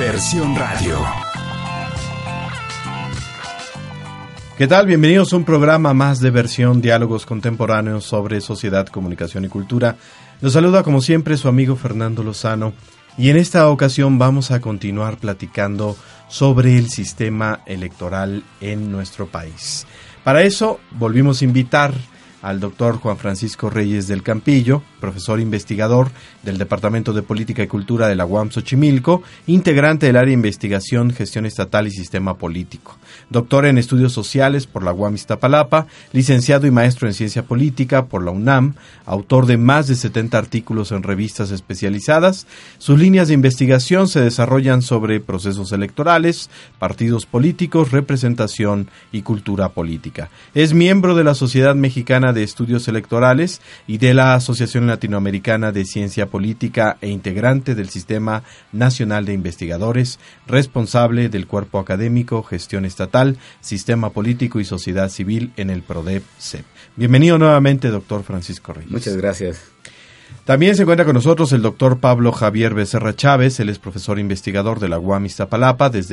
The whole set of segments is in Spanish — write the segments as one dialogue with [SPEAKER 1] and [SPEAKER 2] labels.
[SPEAKER 1] Versión Radio.
[SPEAKER 2] ¿Qué tal? Bienvenidos a un programa más de Versión, diálogos contemporáneos sobre sociedad, comunicación y cultura. Los saluda como siempre su amigo Fernando Lozano y en esta ocasión vamos a continuar platicando sobre el sistema electoral en nuestro país. Para eso volvimos a invitar al doctor Juan Francisco Reyes del Campillo, profesor investigador del Departamento de Política y Cultura de la UAM Xochimilco, integrante del área de investigación, gestión estatal y sistema político, doctor en estudios sociales por la UAM Iztapalapa, licenciado y maestro en ciencia política por la UNAM, autor de más de 70 artículos en revistas especializadas. Sus líneas de investigación se desarrollan sobre procesos electorales, partidos políticos, representación y cultura política. Es miembro de la Sociedad Mexicana de Estudios Electorales y de la Asociación Latinoamericana de Ciencia Política e integrante del Sistema Nacional de Investigadores, responsable del Cuerpo Académico, Gestión Estatal, Sistema Político y Sociedad Civil en el PRODEP-CEP. Bienvenido nuevamente, doctor Francisco Reyes.
[SPEAKER 3] Muchas gracias.
[SPEAKER 2] También se encuentra con nosotros el doctor Pablo Javier Becerra Chávez. Él es profesor investigador de la UAM Iztapalapa desde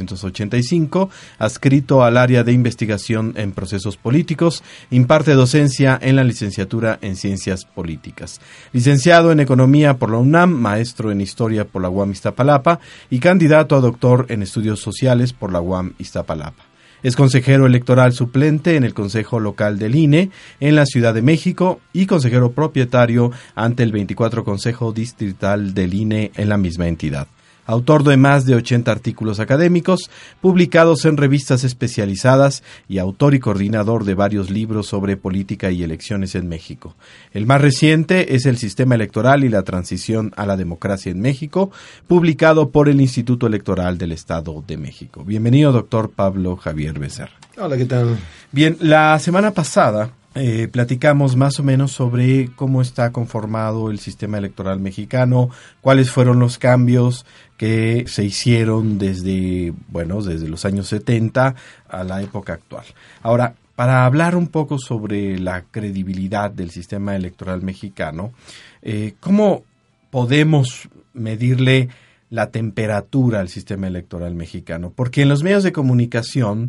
[SPEAKER 2] 1985, adscrito al área de investigación en procesos políticos, imparte docencia en la licenciatura en ciencias políticas. Licenciado en economía por la UNAM, maestro en historia por la UAM Iztapalapa y candidato a doctor en estudios sociales por la UAM Iztapalapa. Es consejero electoral suplente en el Consejo Local del INE en la Ciudad de México y consejero propietario ante el 24 Consejo Distrital del INE en la misma entidad. Autor de más de 80 artículos académicos publicados en revistas especializadas y autor y coordinador de varios libros sobre política y elecciones en México. El más reciente es El Sistema Electoral y la Transición a la Democracia en México, publicado por el Instituto Electoral del Estado de México. Bienvenido, doctor Pablo Javier Becerra.
[SPEAKER 4] Hola, ¿qué tal?
[SPEAKER 2] Bien, la semana pasada platicamos más o menos sobre cómo está conformado el sistema electoral mexicano, cuáles fueron los cambios que se hicieron desde los años 70 a la época actual. Ahora, para hablar un poco sobre la credibilidad del sistema electoral mexicano, ¿cómo podemos medirle la temperatura al sistema electoral mexicano? Porque en los medios de comunicación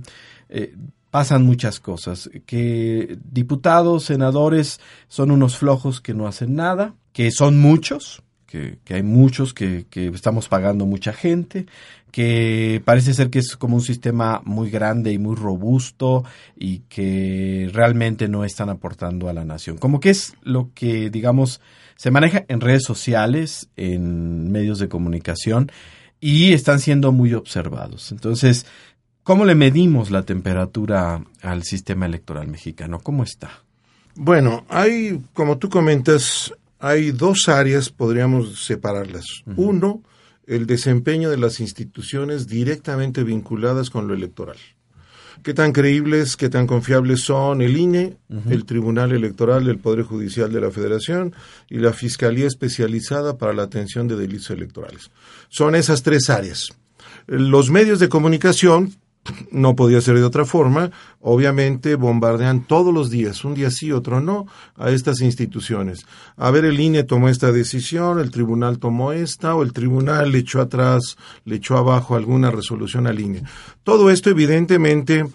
[SPEAKER 2] pasan muchas cosas, que diputados, senadores son unos flojos que no hacen nada, que son muchos, que hay muchos, que estamos pagando mucha gente, que parece ser que es como un sistema muy grande y muy robusto y que realmente no están aportando a la nación. Como que es lo que, digamos, se maneja en redes sociales, en medios de comunicación y están siendo muy observados. Entonces, ¿cómo le medimos la temperatura al sistema electoral mexicano? ¿Cómo está?
[SPEAKER 4] Bueno, como tú comentas, hay dos áreas, podríamos separarlas. Uh-huh. Uno, el desempeño de las instituciones directamente vinculadas con lo electoral. ¿Qué tan creíbles, qué tan confiables son el INE, uh-huh, el Tribunal Electoral del Poder Judicial de la Federación y la Fiscalía Especializada para la Atención de Delitos Electorales? Son esas tres áreas. Los medios de comunicación, no podía ser de otra forma, obviamente bombardean todos los días, un día sí, otro no, a estas instituciones. A ver, el INE tomó esta decisión, el tribunal tomó esta, o el tribunal le echó abajo alguna resolución al INE. Todo esto evidentemente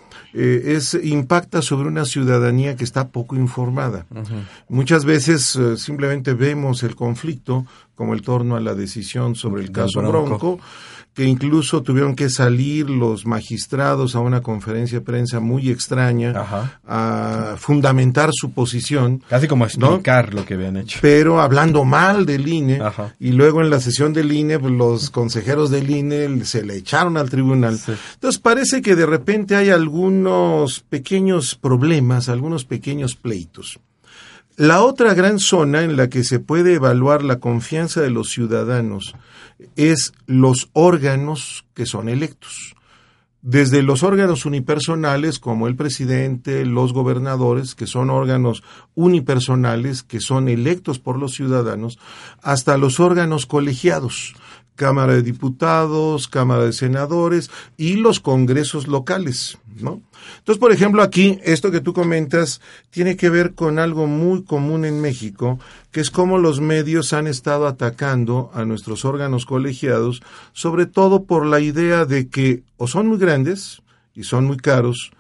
[SPEAKER 4] impacta sobre una ciudadanía que está poco informada. Uh-huh. Muchas veces simplemente vemos el conflicto como el torno a la decisión sobre el caso Bronco, que incluso tuvieron que salir los magistrados a una conferencia de prensa muy extraña, ajá, a fundamentar su posición.
[SPEAKER 2] Casi como a explicar, ¿no?, lo que habían hecho.
[SPEAKER 4] Pero hablando mal del INE,
[SPEAKER 2] ajá,
[SPEAKER 4] y luego en la sesión del INE, pues, los consejeros del INE se le echaron al tribunal. Sí. Entonces parece que de repente hay algunos pequeños problemas, algunos pequeños pleitos. La otra gran zona en la que se puede evaluar la confianza de los ciudadanos es los órganos que son electos. Desde los órganos unipersonales como el presidente, los gobernadores, que son órganos unipersonales que son electos por los ciudadanos, hasta los órganos colegiados, Cámara de Diputados, Cámara de Senadores y los congresos locales, ¿no? Entonces, por ejemplo, aquí, esto que tú comentas tiene que ver con algo muy común en México, que es cómo los medios han estado atacando a nuestros órganos colegiados, sobre todo por la idea de que o son muy grandes y son muy caros,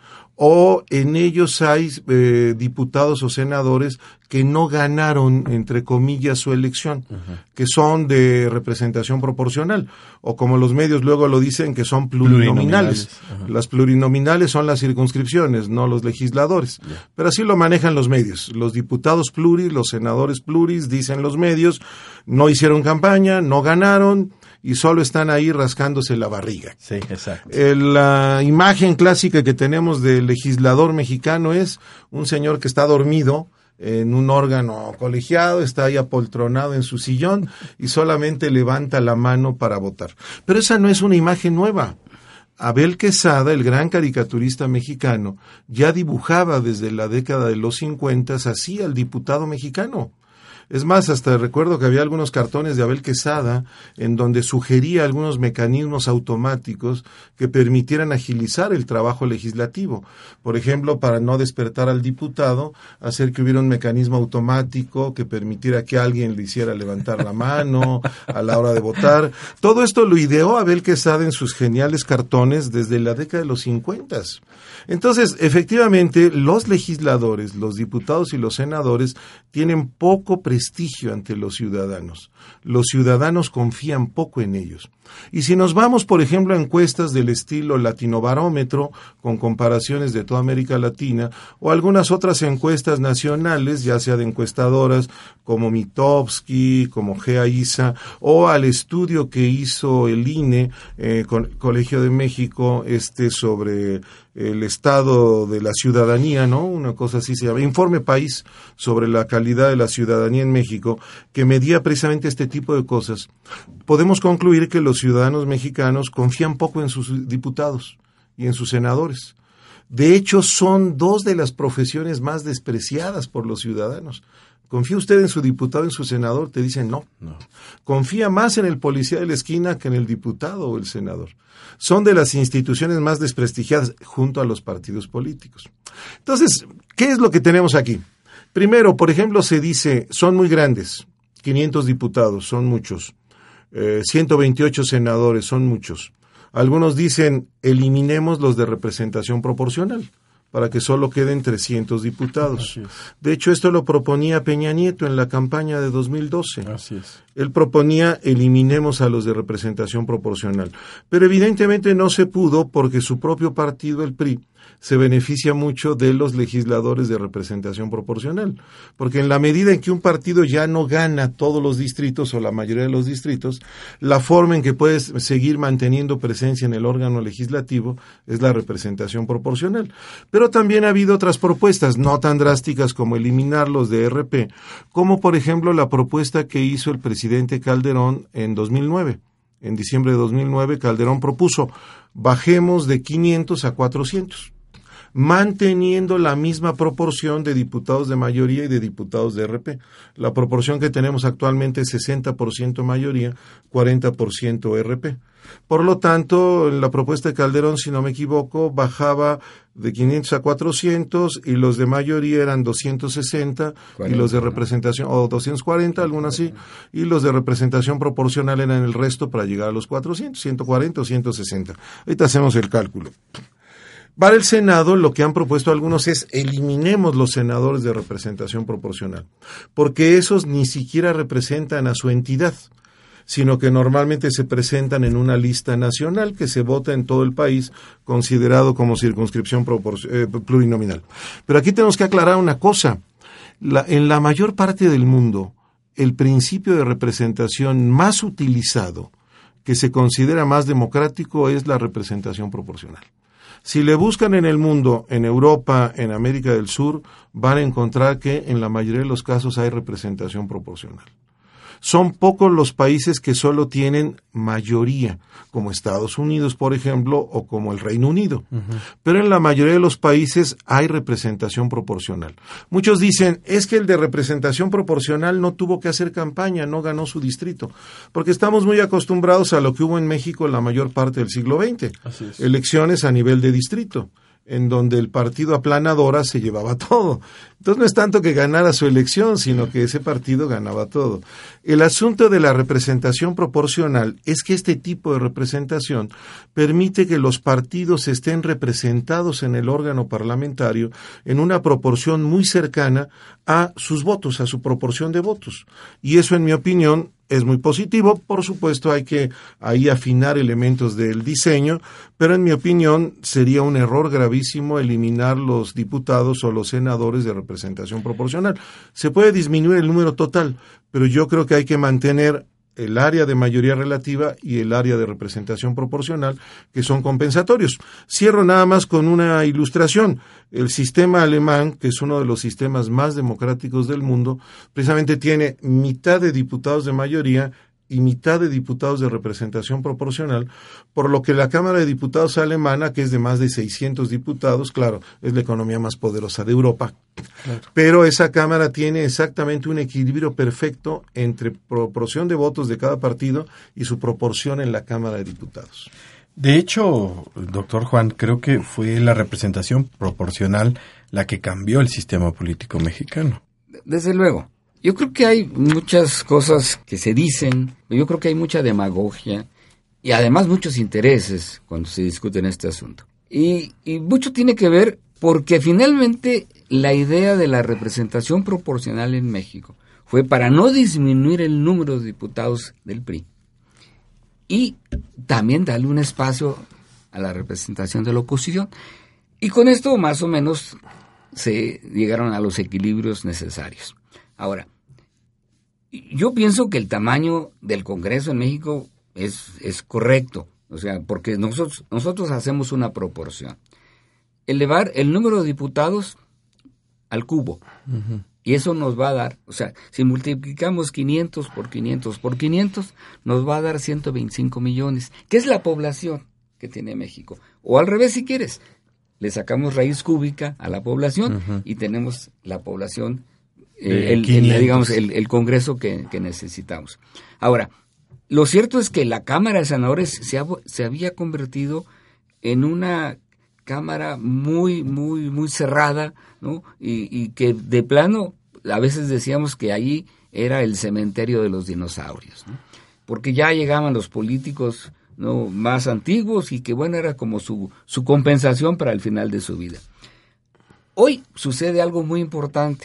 [SPEAKER 4] o en ellos hay diputados o senadores que no ganaron, entre comillas, su elección, que son de representación proporcional, o como los medios luego lo dicen, que son plurinominales. Las plurinominales son las circunscripciones, no los legisladores. Pero así lo manejan los medios. Los diputados pluris, los senadores pluris, dicen los medios, no hicieron campaña, no ganaron, y solo están ahí rascándose la barriga.
[SPEAKER 2] Sí, exacto.
[SPEAKER 4] La imagen clásica que tenemos del legislador mexicano es un señor que está dormido en un órgano colegiado, está ahí apoltronado en su sillón y solamente levanta la mano para votar. Pero esa no es una imagen nueva. Abel Quesada, el gran caricaturista mexicano, ya dibujaba desde la década de los 50 así al diputado mexicano. Es más, hasta recuerdo que había algunos cartones de Abel Quesada en donde sugería algunos mecanismos automáticos que permitieran agilizar el trabajo legislativo. Por ejemplo, para no despertar al diputado, hacer que hubiera un mecanismo automático que permitiera que alguien le hiciera levantar la mano a la hora de votar. Todo esto lo ideó Abel Quesada en sus geniales cartones desde la década de los 50. Entonces, efectivamente, los legisladores, los diputados y los senadores tienen poco prestigio ante los ciudadanos. Los ciudadanos confían poco en ellos. Y si nos vamos, por ejemplo, a encuestas del estilo Latinobarómetro, con comparaciones de toda América Latina, o algunas otras encuestas nacionales, ya sea de encuestadoras como Mitofsky, como GEA-ISA, o al estudio que hizo el INE, Colegio de México, sobre el estado de la ciudadanía, ¿no? Una cosa así se llama, Informe País sobre la calidad de la ciudadanía en México, que medía precisamente este tipo de cosas. Podemos concluir que los ciudadanos mexicanos confían poco en sus diputados y en sus senadores. De hecho, son dos de las profesiones más despreciadas por los ciudadanos. ¿Confía usted en su diputado, en su senador? Te dicen no. Confía más en el policía de la esquina que en el diputado o el senador. Son de las instituciones más desprestigiadas junto a los partidos políticos. Entonces, ¿qué es lo que tenemos aquí? Primero, por ejemplo, se dice, son muy grandes, 500 diputados, son muchos, 128 senadores, son muchos. Algunos dicen, eliminemos los de representación proporcional, para que solo queden 300 diputados. De hecho, esto lo proponía Peña Nieto en la campaña de 2012.
[SPEAKER 2] Así es.
[SPEAKER 4] Él proponía, eliminemos a los de representación proporcional. Pero evidentemente no se pudo porque su propio partido, el PRI, se beneficia mucho de los legisladores de representación proporcional. Porque en la medida en que un partido ya no gana todos los distritos o la mayoría de los distritos, la forma en que puedes seguir manteniendo presencia en el órgano legislativo es la representación proporcional. Pero también ha habido otras propuestas, no tan drásticas como eliminarlos de RP, como por ejemplo la propuesta que hizo el presidente Calderón en 2009. En diciembre de 2009, Calderón propuso, bajemos de 500 a 400. Manteniendo la misma proporción de diputados de mayoría y de diputados de RP. La proporción que tenemos actualmente es 60% mayoría, 40% RP. Por lo tanto, en la propuesta de Calderón, si no me equivoco, bajaba de 500 a 400 y los de mayoría eran 260 40, y los de representación, o 240, algunas así, y los de representación proporcional eran el resto para llegar a los 400, 140 o 160. Ahorita hacemos el cálculo. Para el Senado, lo que han propuesto algunos es eliminemos los senadores de representación proporcional, porque esos ni siquiera representan a su entidad, sino que normalmente se presentan en una lista nacional que se vota en todo el país, considerado como circunscripción plurinominal. Pero aquí tenemos que aclarar una cosa. En la mayor parte del mundo, el principio de representación más utilizado, que se considera más democrático, es la representación proporcional. Si le buscan en el mundo, en Europa, en América del Sur, van a encontrar que en la mayoría de los casos hay representación proporcional. Son pocos los países que solo tienen mayoría, como Estados Unidos, por ejemplo, o como el Reino Unido. Pero en la mayoría de los países hay representación proporcional. Muchos dicen, es que el de representación proporcional no tuvo que hacer campaña, no ganó su distrito, porque estamos muy acostumbrados a lo que hubo en México en la mayor parte del siglo XX.
[SPEAKER 2] Así es.
[SPEAKER 4] Elecciones a nivel de distrito, en donde el partido aplanadora se llevaba todo. Entonces no es tanto que ganara su elección, sino que ese partido ganaba todo. El asunto de la representación proporcional es que este tipo de representación permite que los partidos estén representados en el órgano parlamentario en una proporción muy cercana a sus votos, a su proporción de votos. Y eso, en mi opinión, es muy positivo. Por supuesto, hay que ahí afinar elementos del diseño, pero en mi opinión sería un error gravísimo eliminar los diputados o los senadores de representación proporcional. Se puede disminuir el número total, pero yo creo que hay que mantener el área de mayoría relativa y el área de representación proporcional, que son compensatorios. Cierro nada más con una ilustración. El sistema alemán, que es uno de los sistemas más democráticos del mundo, precisamente tiene mitad de diputados de mayoría y mitad de diputados de representación proporcional, por lo que la Cámara de Diputados alemana, que es de más de 600 diputados, claro, es la economía más poderosa de Europa, claro, pero esa Cámara tiene exactamente un equilibrio perfecto entre proporción de votos de cada partido y su proporción en la Cámara de Diputados.
[SPEAKER 2] De hecho, doctor Juan, creo que fue la representación proporcional la que cambió el sistema político mexicano.
[SPEAKER 1] Desde luego. Yo creo que hay muchas cosas que se dicen, yo creo que hay mucha demagogia y además muchos intereses cuando se discute en este asunto. Y mucho tiene que ver porque finalmente la idea de la representación proporcional en México fue para no disminuir el número de diputados del PRI y también darle un espacio a la representación de la oposición. Y con esto más o menos se llegaron a los equilibrios necesarios. Ahora, yo pienso que el tamaño del Congreso en México es correcto, o sea, porque nosotros hacemos una proporción. Elevar el número de diputados al cubo, y eso nos va a dar, o sea, si multiplicamos 500 por 500 por 500, nos va a dar 125 millones, que es la población que tiene México. O al revés, si quieres, le sacamos raíz cúbica a la población y tenemos la población el Congreso que necesitamos. Ahora, lo cierto es que la Cámara de Senadores se había convertido en una Cámara muy, muy, muy cerrada, ¿no? Y que de plano, a veces decíamos que allí era el cementerio de los dinosaurios, ¿no? Porque ya llegaban los políticos, ¿no?, más antiguos y que, bueno, era como su compensación para el final de su vida. Hoy sucede algo muy importante.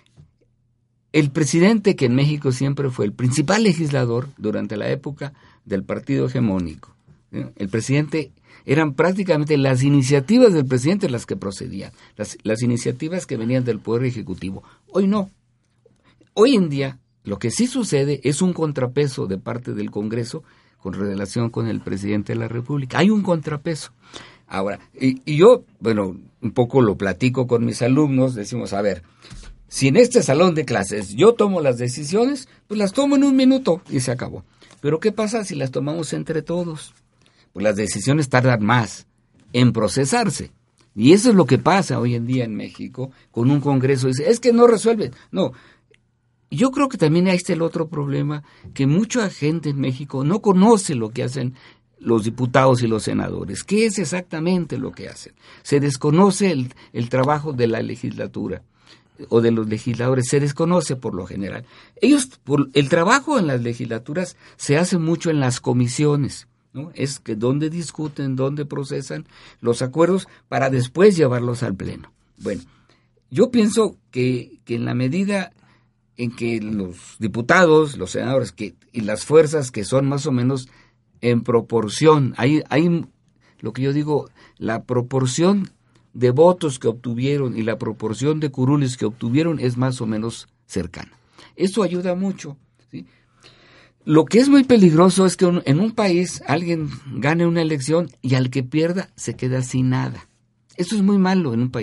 [SPEAKER 1] El presidente, que en México siempre fue el principal legislador durante la época del partido hegemónico, el presidente, eran prácticamente las iniciativas del presidente las que procedían, las iniciativas que venían del Poder Ejecutivo. Hoy no. Hoy en día, lo que sí sucede es un contrapeso de parte del Congreso con relación con el presidente de la República. Hay un contrapeso. Ahora, y yo, bueno, un poco lo platico con mis alumnos, decimos, a ver, si en este salón de clases yo tomo las decisiones, pues las tomo en un minuto y se acabó. Pero ¿qué pasa si las tomamos entre todos? Pues las decisiones tardan más en procesarse. Y eso es lo que pasa hoy en día en México con un Congreso. Dice, es que no resuelve. No, yo creo que también ahí está el otro problema, que mucha gente en México no conoce lo que hacen los diputados y los senadores. ¿Qué es exactamente lo que hacen? Se desconoce el trabajo de la legislatura o de los legisladores, se desconoce por lo general. El trabajo en las legislaturas se hace mucho en las comisiones, ¿no? Es que donde discuten, donde procesan los acuerdos para después llevarlos al pleno. Bueno, yo pienso que en la medida en que los diputados, los senadores y las fuerzas que son más o menos en proporción, hay lo que yo digo, la proporción de votos que obtuvieron y la proporción de curules que obtuvieron es más o menos cercana. Eso ayuda mucho, ¿sí? Lo que es muy peligroso es que en un país alguien gane una elección y al que pierda se queda sin nada. Eso es muy malo en un país.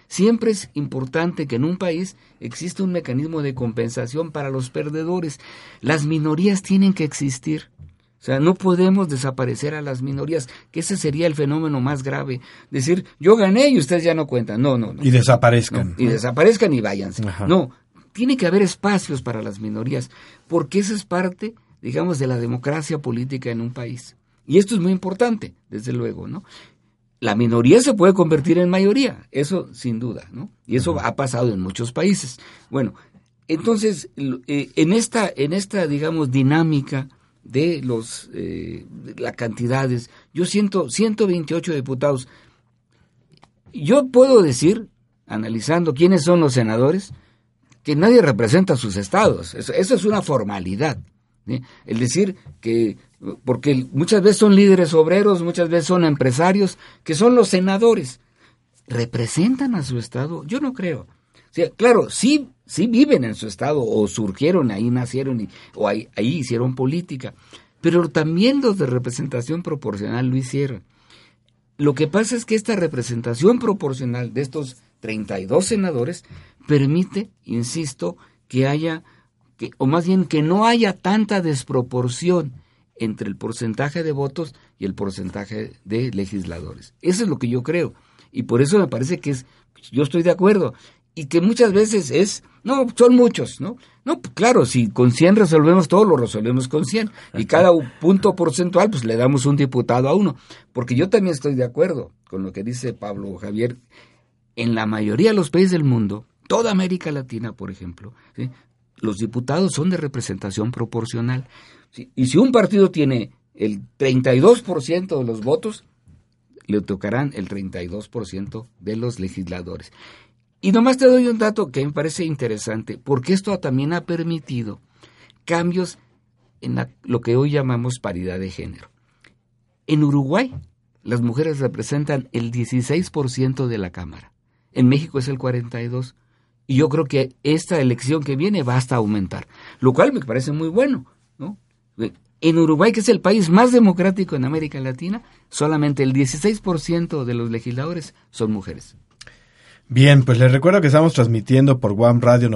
[SPEAKER 1] Siempre es importante que en un país exista un mecanismo de compensación para los perdedores. Las minorías tienen que existir. O sea, no podemos desaparecer a las minorías, que ese sería el fenómeno más grave. Decir, yo gané y ustedes ya no cuentan. No.
[SPEAKER 2] Y desaparezcan.
[SPEAKER 1] No, y desaparezcan y váyanse.
[SPEAKER 2] Ajá.
[SPEAKER 1] No, tiene que haber espacios para las minorías, porque eso es parte, digamos, de la democracia política en un país. Y esto es muy importante, desde luego, ¿no? La minoría se puede convertir en mayoría, eso sin duda, ¿no? Y eso ha pasado en muchos países. Bueno, entonces, en esta, digamos, dinámica de las cantidades, yo siento 128 diputados. Yo puedo decir, analizando quiénes son los senadores, que nadie representa sus estados. Eso es una formalidad, ¿sí? El decir que, porque muchas veces son líderes obreros, muchas veces son empresarios, que son los senadores. ¿Representan a su estado? Yo no creo. O sea, claro, sí viven en su estado, o surgieron, ahí nacieron, o ahí hicieron política, pero también los de representación proporcional lo hicieron. Lo que pasa es que esta representación proporcional de estos 32 senadores permite, insisto, o más bien que no haya tanta desproporción entre el porcentaje de votos y el porcentaje de legisladores. Eso es lo que yo creo, y por eso me parece que yo estoy de acuerdo, y que muchas veces son muchos, ¿no? No, claro, si con 100 resolvemos todo, lo resolvemos con 100, y cada punto porcentual, pues le damos un diputado a uno, porque yo también estoy de acuerdo con lo que dice Pablo Javier. En la mayoría de los países del mundo, toda América Latina, por ejemplo, ¿sí?, los diputados son de representación proporcional. ¿Sí? Y si un partido tiene el 32% de los votos, le tocarán el 32% de los legisladores. Y nomás te doy un dato que me parece interesante, porque esto también ha permitido cambios en lo que hoy llamamos paridad de género. En Uruguay, las mujeres representan el 16% de la Cámara. En México es el 42%. Y yo creo que esta elección que viene va hasta aumentar, lo cual me parece muy bueno, ¿no? En Uruguay, que es el país más democrático en América Latina, solamente el 16% de los legisladores son mujeres.
[SPEAKER 2] Bien, pues les recuerdo que estamos transmitiendo por Guam Radio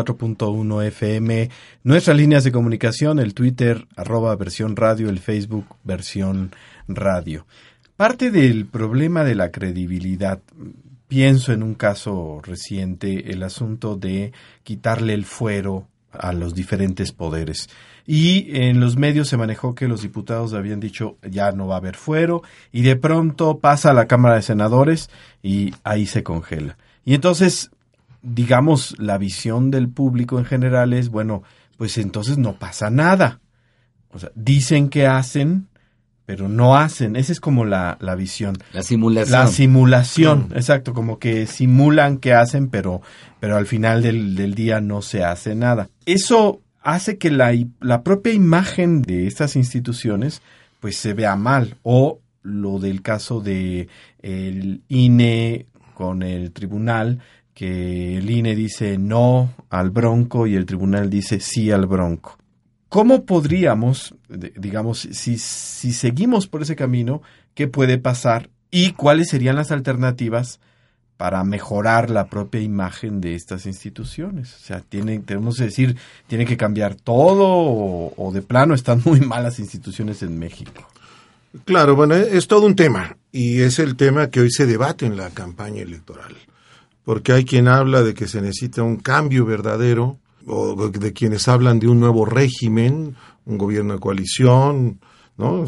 [SPEAKER 2] 94.1 FM, nuestras líneas de comunicación, el Twitter, @versión radio, el Facebook, versión radio. Parte del problema de la credibilidad, pienso en un caso reciente, el asunto de quitarle el fuero a los diferentes poderes. Y en los medios se manejó que los diputados habían dicho ya no va a haber fuero, y de pronto pasa a la Cámara de Senadores y ahí se congela. Y entonces, digamos, la visión del público en general es, bueno, pues entonces no pasa nada. O sea, dicen que hacen, pero no hacen. Esa es como la visión.
[SPEAKER 1] La simulación.
[SPEAKER 2] La simulación, exacto, como que simulan que hacen, pero al final del día no se hace nada. Eso hace que la propia imagen de estas instituciones pues se vea mal. O lo del caso de el INE con el tribunal, que el INE dice no al Bronco y el tribunal dice sí al Bronco. ¿Cómo podríamos, digamos, si seguimos por ese camino, qué puede pasar y cuáles serían las alternativas para mejorar la propia imagen de estas instituciones? O sea, tenemos que decir, ¿tiene que cambiar todo o de plano están muy mal las instituciones en México?
[SPEAKER 4] Claro, bueno, es todo un tema, y es el tema que hoy se debate en la campaña electoral, porque hay quien habla de que se necesita un cambio verdadero, o de quienes hablan de un nuevo régimen, un gobierno de coalición, ¿no?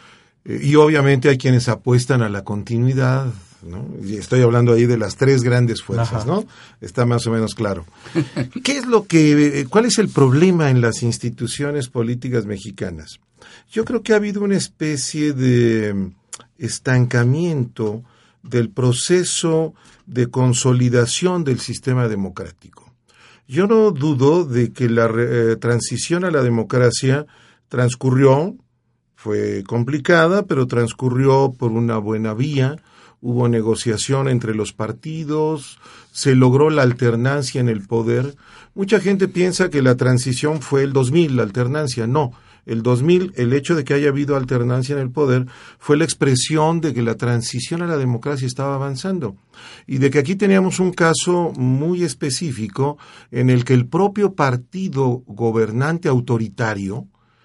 [SPEAKER 4] Y obviamente hay quienes apuestan a la continuidad, ¿no? Y estoy hablando ahí de las tres grandes fuerzas, ¿no? Está más o menos claro. ¿Cuál es el problema en las instituciones políticas mexicanas? Yo creo que ha habido una especie de estancamiento del proceso de consolidación del sistema democrático. Yo no dudo de que la transición a la democracia fue complicada, pero transcurrió por una buena vía. Hubo negociación entre los partidos, se logró la alternancia en el poder. Mucha gente piensa que la transición fue el 2000, la alternancia. No, El 2000, el hecho de que haya habido alternancia en el poder fue la expresión de que la transición a la democracia estaba avanzando y de que aquí teníamos un caso muy específico en el que el propio partido gobernante autoritario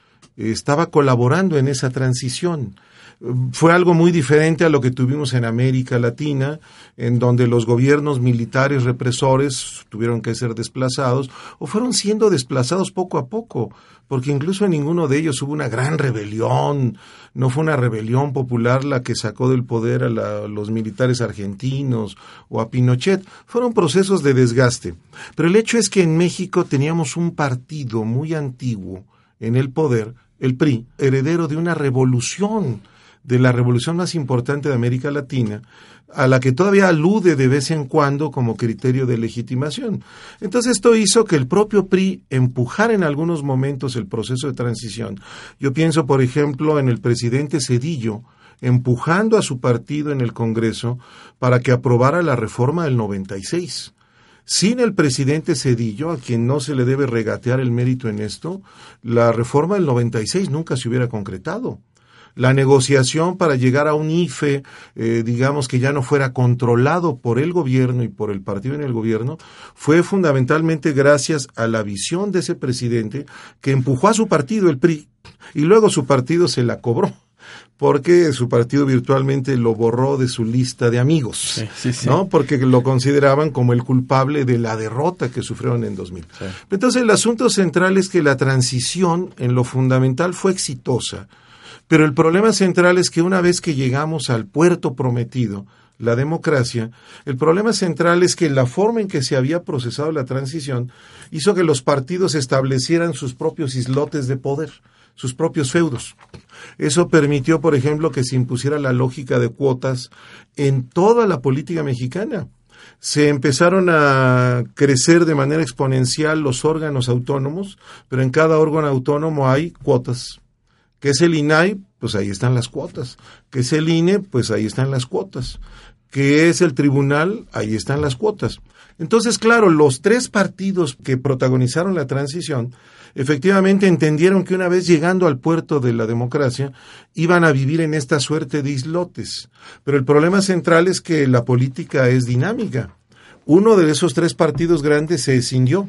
[SPEAKER 4] estaba colaborando en esa transición. Fue algo muy diferente a lo que tuvimos en América Latina, en donde los gobiernos militares represores tuvieron que ser desplazados o fueron siendo desplazados poco a poco, porque incluso en ninguno de ellos hubo una gran rebelión, no fue una rebelión popular la que sacó del poder a los militares argentinos o a Pinochet, fueron procesos de desgaste. Pero el hecho es que en México teníamos un partido muy antiguo en el poder, el PRI, heredero de una revolución, de la revolución más importante de América Latina, a la que todavía alude de vez en cuando como criterio de legitimación. Entonces esto hizo que el propio PRI empujara en algunos momentos el proceso de transición. Yo pienso, por ejemplo, en el presidente Zedillo, empujando a su partido en el Congreso para que aprobara la reforma del 96. Sin el presidente Zedillo, a quien no se le debe regatear el mérito en esto, la reforma del 96 nunca se hubiera concretado. La negociación para llegar a un IFE, digamos que ya no fuera controlado por el gobierno y por el partido en el gobierno, fue fundamentalmente gracias a la visión de ese presidente que empujó a su partido, el PRI, y luego su partido se la cobró, porque su partido virtualmente lo borró de su lista de amigos, sí. ¿No? Porque lo consideraban como el culpable de la derrota que sufrieron en 2000. Sí. Entonces el asunto central es que la transición en lo fundamental fue exitosa. Pero el problema central es que una vez que llegamos al puerto prometido, la democracia, el problema central es que la forma en que se había procesado la transición hizo que los partidos establecieran sus propios islotes de poder, sus propios feudos. Eso permitió, por ejemplo, que se impusiera la lógica de cuotas en toda la política mexicana. Se empezaron a crecer de manera exponencial los órganos autónomos, pero en cada órgano autónomo hay cuotas. ¿Qué es el INAI? Pues ahí están las cuotas. ¿Qué es el INE? Pues ahí están las cuotas. ¿Qué es el tribunal? Ahí están las cuotas. Entonces, claro, los tres partidos que protagonizaron la transición efectivamente entendieron que una vez llegando al puerto de la democracia iban a vivir en esta suerte de islotes. Pero el problema central es que la política es dinámica. Uno de esos tres partidos grandes se escindió.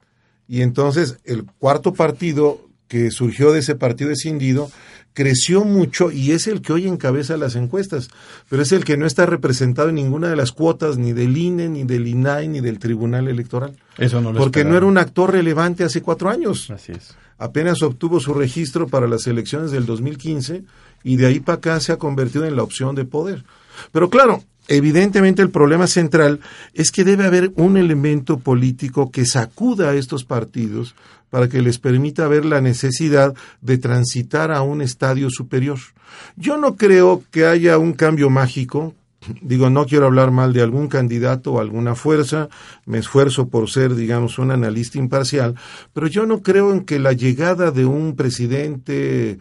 [SPEAKER 4] Y entonces el cuarto partido que surgió de ese partido escindido, creció mucho y es el que hoy encabeza las encuestas, pero es el que no está representado en ninguna de las cuotas, ni del INE, ni del INAI, ni del Tribunal Electoral.
[SPEAKER 2] Eso no lo
[SPEAKER 4] porque
[SPEAKER 2] esperaba.
[SPEAKER 4] No era un actor relevante hace 4 años.
[SPEAKER 2] Así es.
[SPEAKER 4] Apenas obtuvo su registro para las elecciones del 2015 y de ahí para acá se ha convertido en la opción de poder. Pero claro, evidentemente el problema central es que debe haber un elemento político que sacuda a estos partidos para que les permita ver la necesidad de transitar a un estadio superior. Yo no creo que haya un cambio mágico. Digo, no quiero hablar mal de algún candidato o alguna fuerza, me esfuerzo por ser, digamos, un analista imparcial, pero yo no creo en que la llegada de un presidente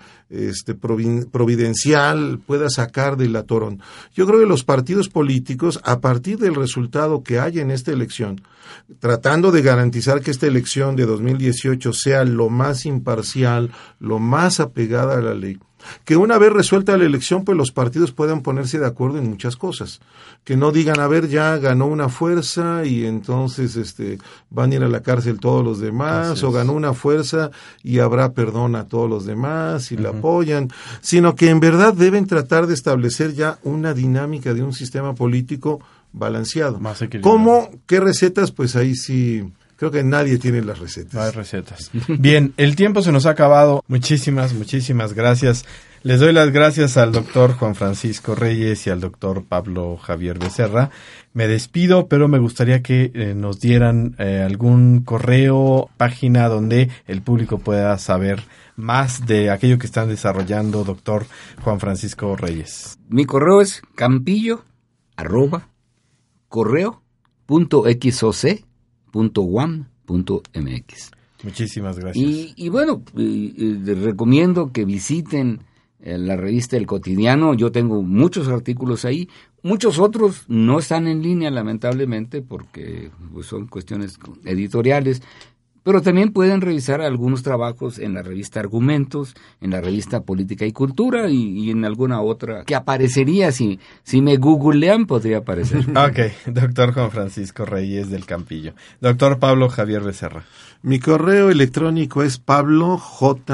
[SPEAKER 4] providencial pueda sacar del atorón. Yo creo que los partidos políticos, a partir del resultado que haya en esta elección, tratando de garantizar que esta elección de 2018 sea lo más imparcial, lo más apegada a la ley, que una vez resuelta la elección, pues los partidos puedan ponerse de acuerdo en muchas cosas. Que no digan, a ver, ya ganó una fuerza y entonces van a ir a la cárcel todos los demás, o ganó una fuerza y habrá perdón a todos los demás y la apoyan, sino que en verdad deben tratar de establecer ya una dinámica de un sistema político balanceado.
[SPEAKER 2] Más equilibrado.
[SPEAKER 4] ¿Cómo? ¿Qué recetas? Pues ahí sí... Creo que nadie tiene las recetas.
[SPEAKER 2] No hay recetas. Bien, el tiempo se nos ha acabado. Muchísimas gracias. Les doy las gracias al doctor Juan Francisco Reyes y al doctor Pablo Javier Becerra. Me despido, pero me gustaría que nos dieran algún correo, página donde el público pueda saber más de aquello que están desarrollando, doctor Juan Francisco Reyes.
[SPEAKER 1] Mi correo es campillo@correo.xoc.uam.mx.
[SPEAKER 2] Muchísimas gracias.
[SPEAKER 1] Y bueno, les recomiendo que visiten la revista El Cotidiano. Yo tengo muchos artículos ahí. Muchos otros no están en línea, lamentablemente, porque pues, son cuestiones editoriales. pero también pueden revisar algunos trabajos en la revista Argumentos, en la revista Política y Cultura y en alguna otra que aparecería, si me googlean podría aparecer.
[SPEAKER 2] Ok, doctor Juan Francisco Reyes del Campillo. Doctor Pablo Javier Becerra.
[SPEAKER 4] Mi correo electrónico es pablojbch,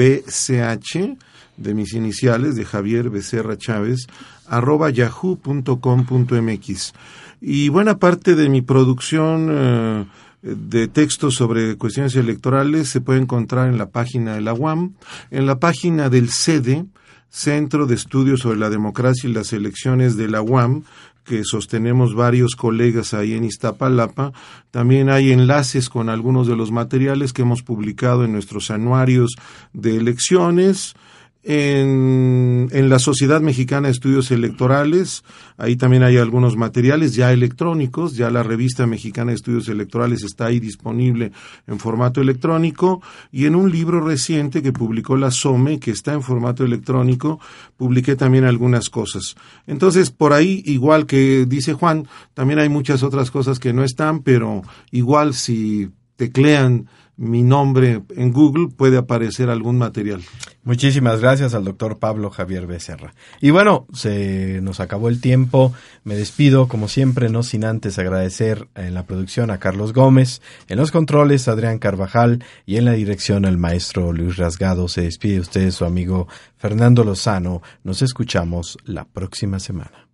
[SPEAKER 4] de mis iniciales, de Javier Becerra Chávez, @yahoo.com.mx. Y buena parte de mi producción de textos sobre cuestiones electorales se puede encontrar en la página de la UAM, en la página del CEDE, Centro de Estudios sobre la Democracia y las Elecciones de la UAM, que sostenemos varios colegas ahí en Iztapalapa. También hay enlaces con algunos de los materiales que hemos publicado en nuestros anuarios de elecciones. En la Sociedad Mexicana de Estudios Electorales, ahí también hay algunos materiales ya electrónicos, ya la Revista Mexicana de Estudios Electorales está ahí disponible en formato electrónico, y en un libro reciente que publicó la SOME, que está en formato electrónico, publiqué también algunas cosas. Entonces, por ahí, igual que dice Juan, también hay muchas otras cosas que no están, pero igual si teclean mi nombre en Google puede aparecer algún material.
[SPEAKER 2] Muchísimas gracias al doctor Pablo Javier Becerra. Y bueno, se nos acabó el tiempo. Me despido, como siempre, no sin antes agradecer en la producción a Carlos Gómez, en los controles a Adrián Carvajal y en la dirección al maestro Luis Rasgado. Se despide usted su amigo Fernando Lozano. Nos escuchamos la próxima semana.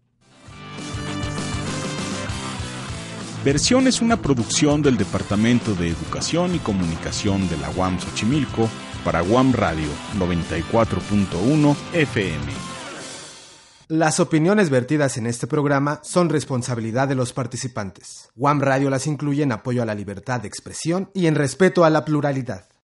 [SPEAKER 3] Versión es una producción del Departamento de Educación y Comunicación de la UAM Xochimilco para UAM Radio 94.1 FM.
[SPEAKER 5] Las opiniones vertidas en este programa son responsabilidad de los participantes. UAM Radio las incluye en apoyo a la libertad de expresión y en respeto a la pluralidad.